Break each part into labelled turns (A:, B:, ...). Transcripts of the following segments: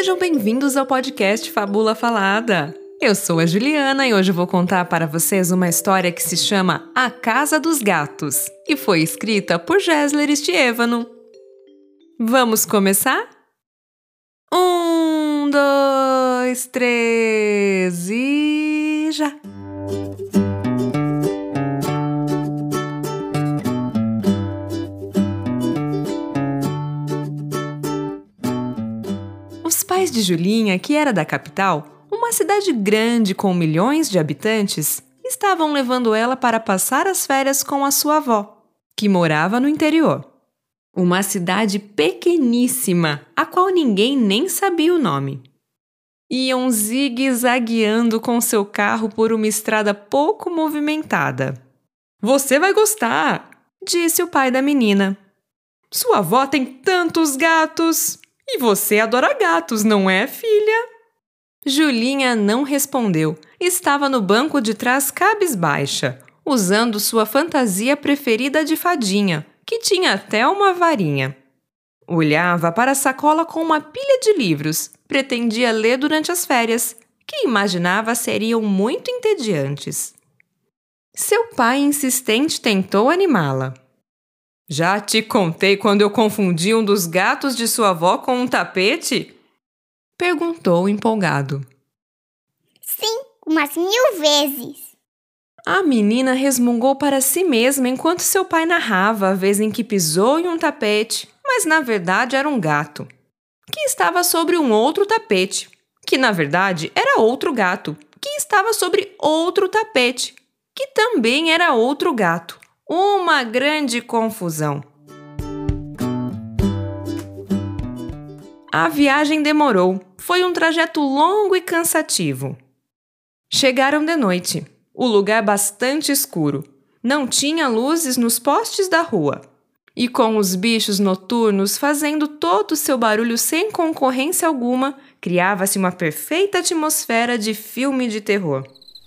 A: Sejam bem-vindos ao podcast Fábula Falada. Eu sou a Juliana e hoje eu vou contar para vocês uma história que se chama A Casa dos Gatos e foi escrita por Gessler Stievano. Vamos começar? 1, 2, 3 e já! Os pais de Julinha, que era da capital, uma cidade grande com milhões de habitantes, estavam levando ela para passar as férias com a sua avó, que morava no interior. Uma cidade pequeníssima, a qual ninguém nem sabia o nome. Iam zigue-zagueando com seu carro por uma estrada pouco movimentada. "Você vai gostar", disse o pai da menina. "Sua avó tem tantos gatos! E você adora gatos, não é, filha?" Julinha não respondeu. Estava no banco de trás cabisbaixa, usando sua fantasia preferida de fadinha, que tinha até uma varinha. Olhava para a sacola com uma pilha de livros. Pretendia ler durante as férias, que imaginava seriam muito entediantes. Seu pai insistente tentou animá-la. "Já te contei quando eu confundi um dos gatos de sua avó com um tapete?" perguntou empolgado.
B: "Sim, umas 1000 vezes."
A: A menina resmungou para si mesma enquanto seu pai narrava a vez em que pisou em um tapete, mas na verdade era um gato, que estava sobre um outro tapete, que na verdade era outro gato, que estava sobre outro tapete, que também era outro gato. Uma grande confusão. A viagem demorou. Foi um trajeto longo e cansativo. Chegaram de noite. O lugar bastante escuro. Não tinha luzes nos postes da rua. E com os bichos noturnos fazendo todo o seu barulho sem concorrência alguma, criava-se uma perfeita atmosfera de filme de terror.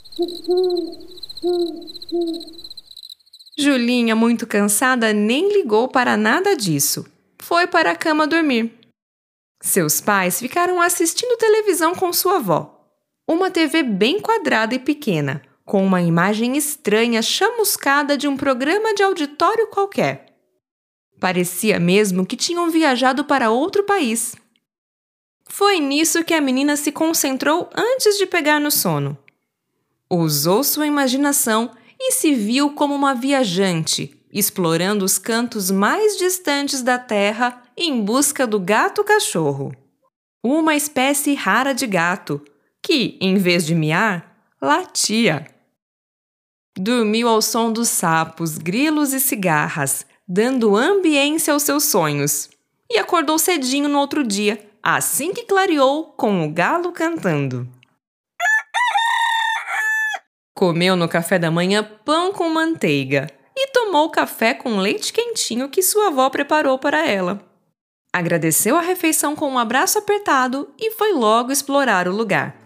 A: Julinha, muito cansada, nem ligou para nada disso. Foi para a cama dormir. Seus pais ficaram assistindo televisão com sua avó. Uma TV bem quadrada e pequena, com uma imagem estranha chamuscada de um programa de auditório qualquer. Parecia mesmo que tinham viajado para outro país. Foi nisso que a menina se concentrou antes de pegar no sono. Usou sua imaginação e se viu como uma viajante, explorando os cantos mais distantes da terra em busca do gato-cachorro. Uma espécie rara de gato, que, em vez de miar, latia. Dormiu ao som dos sapos, grilos e cigarras, dando ambiência aos seus sonhos. E acordou cedinho no outro dia, assim que clareou, com o galo cantando. Comeu no café da manhã pão com manteiga e tomou café com leite quentinho que sua avó preparou para ela. Agradeceu a refeição com um abraço apertado e foi logo explorar o lugar.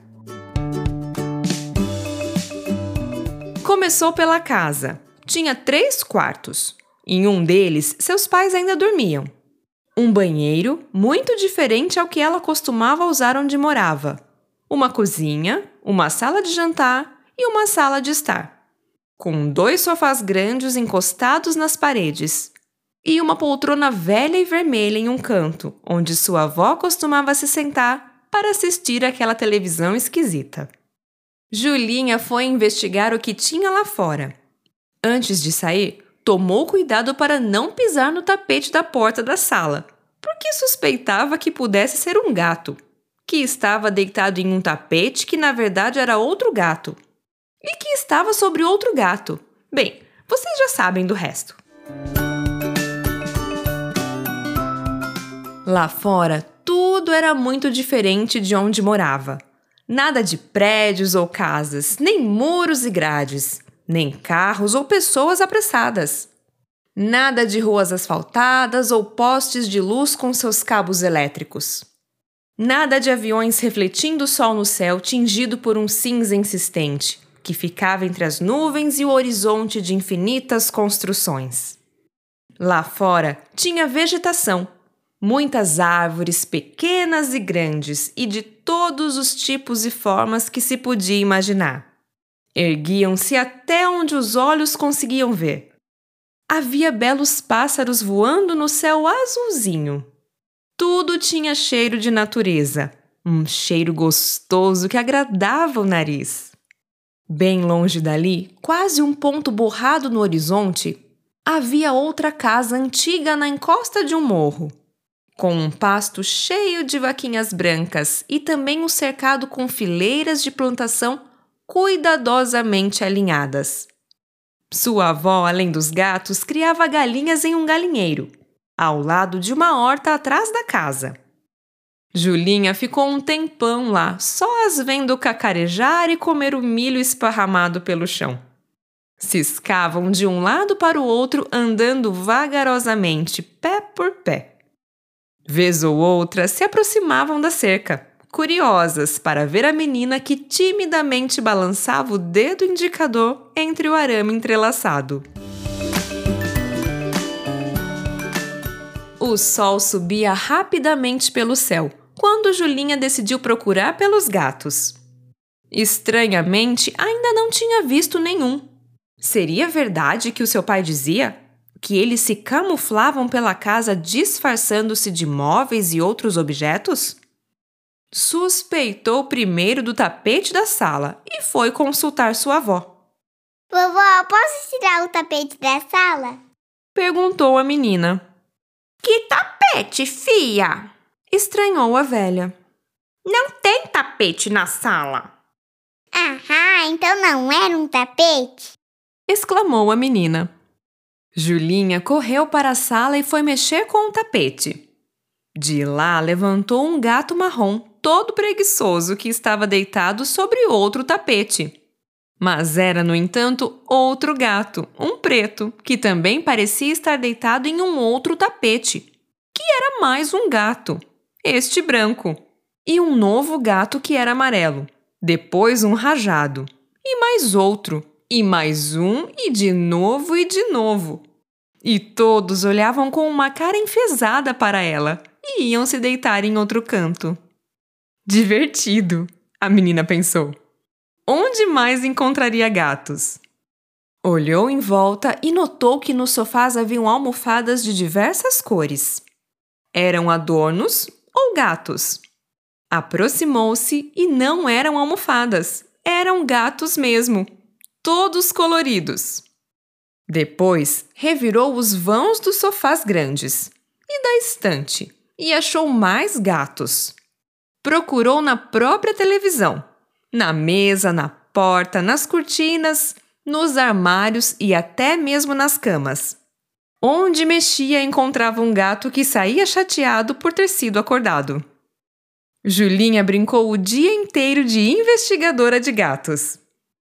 A: Começou pela casa. Tinha 3 quartos. Em um deles, seus pais ainda dormiam. Um banheiro, muito diferente ao que ela costumava usar onde morava. Uma cozinha, uma sala de jantar e uma sala de estar, com 2 sofás grandes encostados nas paredes e uma poltrona velha e vermelha em um canto, onde sua avó costumava se sentar para assistir aquela televisão esquisita. Julinha foi investigar o que tinha lá fora. Antes de sair, tomou cuidado para não pisar no tapete da porta da sala, porque suspeitava que pudesse ser um gato, que estava deitado em um tapete que na verdade era outro gato. E que estava sobre outro gato. Bem, vocês já sabem do resto. Lá fora, tudo era muito diferente de onde morava. Nada de prédios ou casas, nem muros e grades, nem carros ou pessoas apressadas. Nada de ruas asfaltadas ou postes de luz com seus cabos elétricos. Nada de aviões refletindo o sol no céu tingido por um cinza insistente, que ficava entre as nuvens e o horizonte de infinitas construções. Lá fora tinha vegetação, Muitas árvores pequenas e grandes e de todos os tipos e formas que se podia imaginar. Erguiam-se até onde os olhos conseguiam ver. Havia belos pássaros voando no céu azulzinho. Tudo tinha cheiro de natureza, um cheiro gostoso que agradava o nariz. Bem longe dali, quase um ponto borrado no horizonte, havia outra casa antiga na encosta de um morro, com um pasto cheio de vaquinhas brancas e também um cercado com fileiras de plantação cuidadosamente alinhadas. Sua avó, além dos gatos, criava galinhas em um galinheiro, ao lado de uma horta atrás da casa. Julinha ficou um tempão lá, só as vendo cacarejar e comer o milho esparramado pelo chão. Ciscavam de um lado para o outro, andando vagarosamente, pé por pé. Vez ou outra, se aproximavam da cerca, curiosas para ver a menina que timidamente balançava o dedo indicador entre o arame entrelaçado. O sol subia rapidamente pelo céu, quando Julinha decidiu procurar pelos gatos. Estranhamente, ainda não tinha visto nenhum. Seria verdade que o seu pai dizia? Que eles se camuflavam pela casa disfarçando-se de móveis e outros objetos? Suspeitou primeiro do tapete da sala e foi consultar sua avó.
B: Vovó, posso tirar o tapete da sala?
A: Perguntou a menina.
C: Que tapete, fia?
A: Estranhou a velha.
C: Não tem tapete na sala.
B: Ah, então não era um tapete?
A: Exclamou a menina. Julinha correu para a sala e foi mexer com o tapete. De lá levantou um gato marrom, todo preguiçoso, que estava deitado sobre outro tapete. Mas era, no entanto, outro gato, um preto, que também parecia estar deitado em um outro tapete, que era mais um gato, este branco, e um novo gato que era amarelo, depois um rajado, e mais outro, e mais um, e de novo e de novo. E todos olhavam com uma cara enfesada para ela e iam se deitar em outro canto. Divertido, a menina pensou. Onde mais encontraria gatos? Olhou em volta e notou que nos sofás haviam almofadas de diversas cores. Eram adornos ou gatos? Aproximou-se e não eram almofadas, eram gatos mesmo, todos coloridos. Depois, revirou os vãos dos sofás grandes e da estante e achou mais gatos. Procurou na própria televisão, na mesa, na porta, nas cortinas, nos armários e até mesmo nas camas. Onde mexia encontrava um gato que saía chateado por ter sido acordado. Julinha brincou o dia inteiro de investigadora de gatos.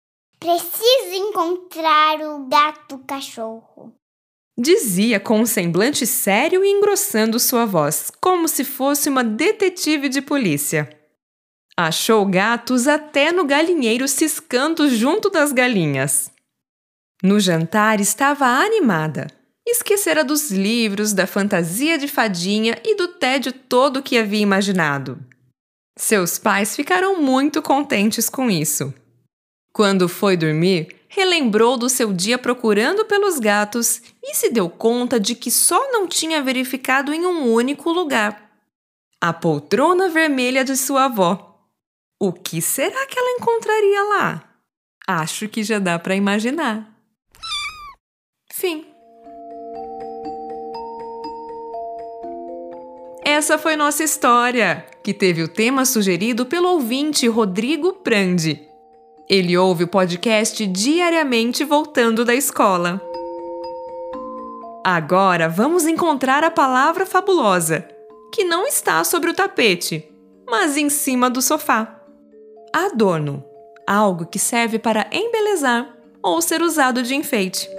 B: Preciso encontrar o gato-cachorro,
A: dizia com um semblante sério e engrossando sua voz, como se fosse uma detetive de polícia. Achou gatos até no galinheiro ciscando junto das galinhas. No jantar estava animada. Esquecera dos livros, da fantasia de fadinha e do tédio todo que havia imaginado. Seus pais ficaram muito contentes com isso. Quando foi dormir, relembrou do seu dia procurando pelos gatos e se deu conta de que só não tinha verificado em um único lugar: a poltrona vermelha de sua avó. O que será que ela encontraria lá? Acho que já dá para imaginar. Fim. Essa foi nossa história, que teve o tema sugerido pelo ouvinte Rodrigo Prandi. Ele ouve o podcast diariamente voltando da escola. Agora vamos encontrar a palavra fabulosa, que não está sobre o tapete, mas em cima do sofá. Adorno, algo que serve para embelezar ou ser usado de enfeite.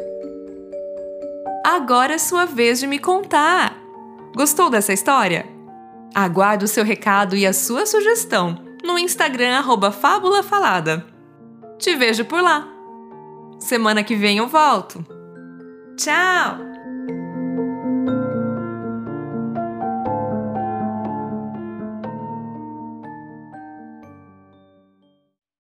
A: Agora é sua vez de me contar! Gostou dessa história? Aguardo o seu recado e a sua sugestão no Instagram @fabulafalada. Te vejo por lá. Semana que vem eu volto. Tchau!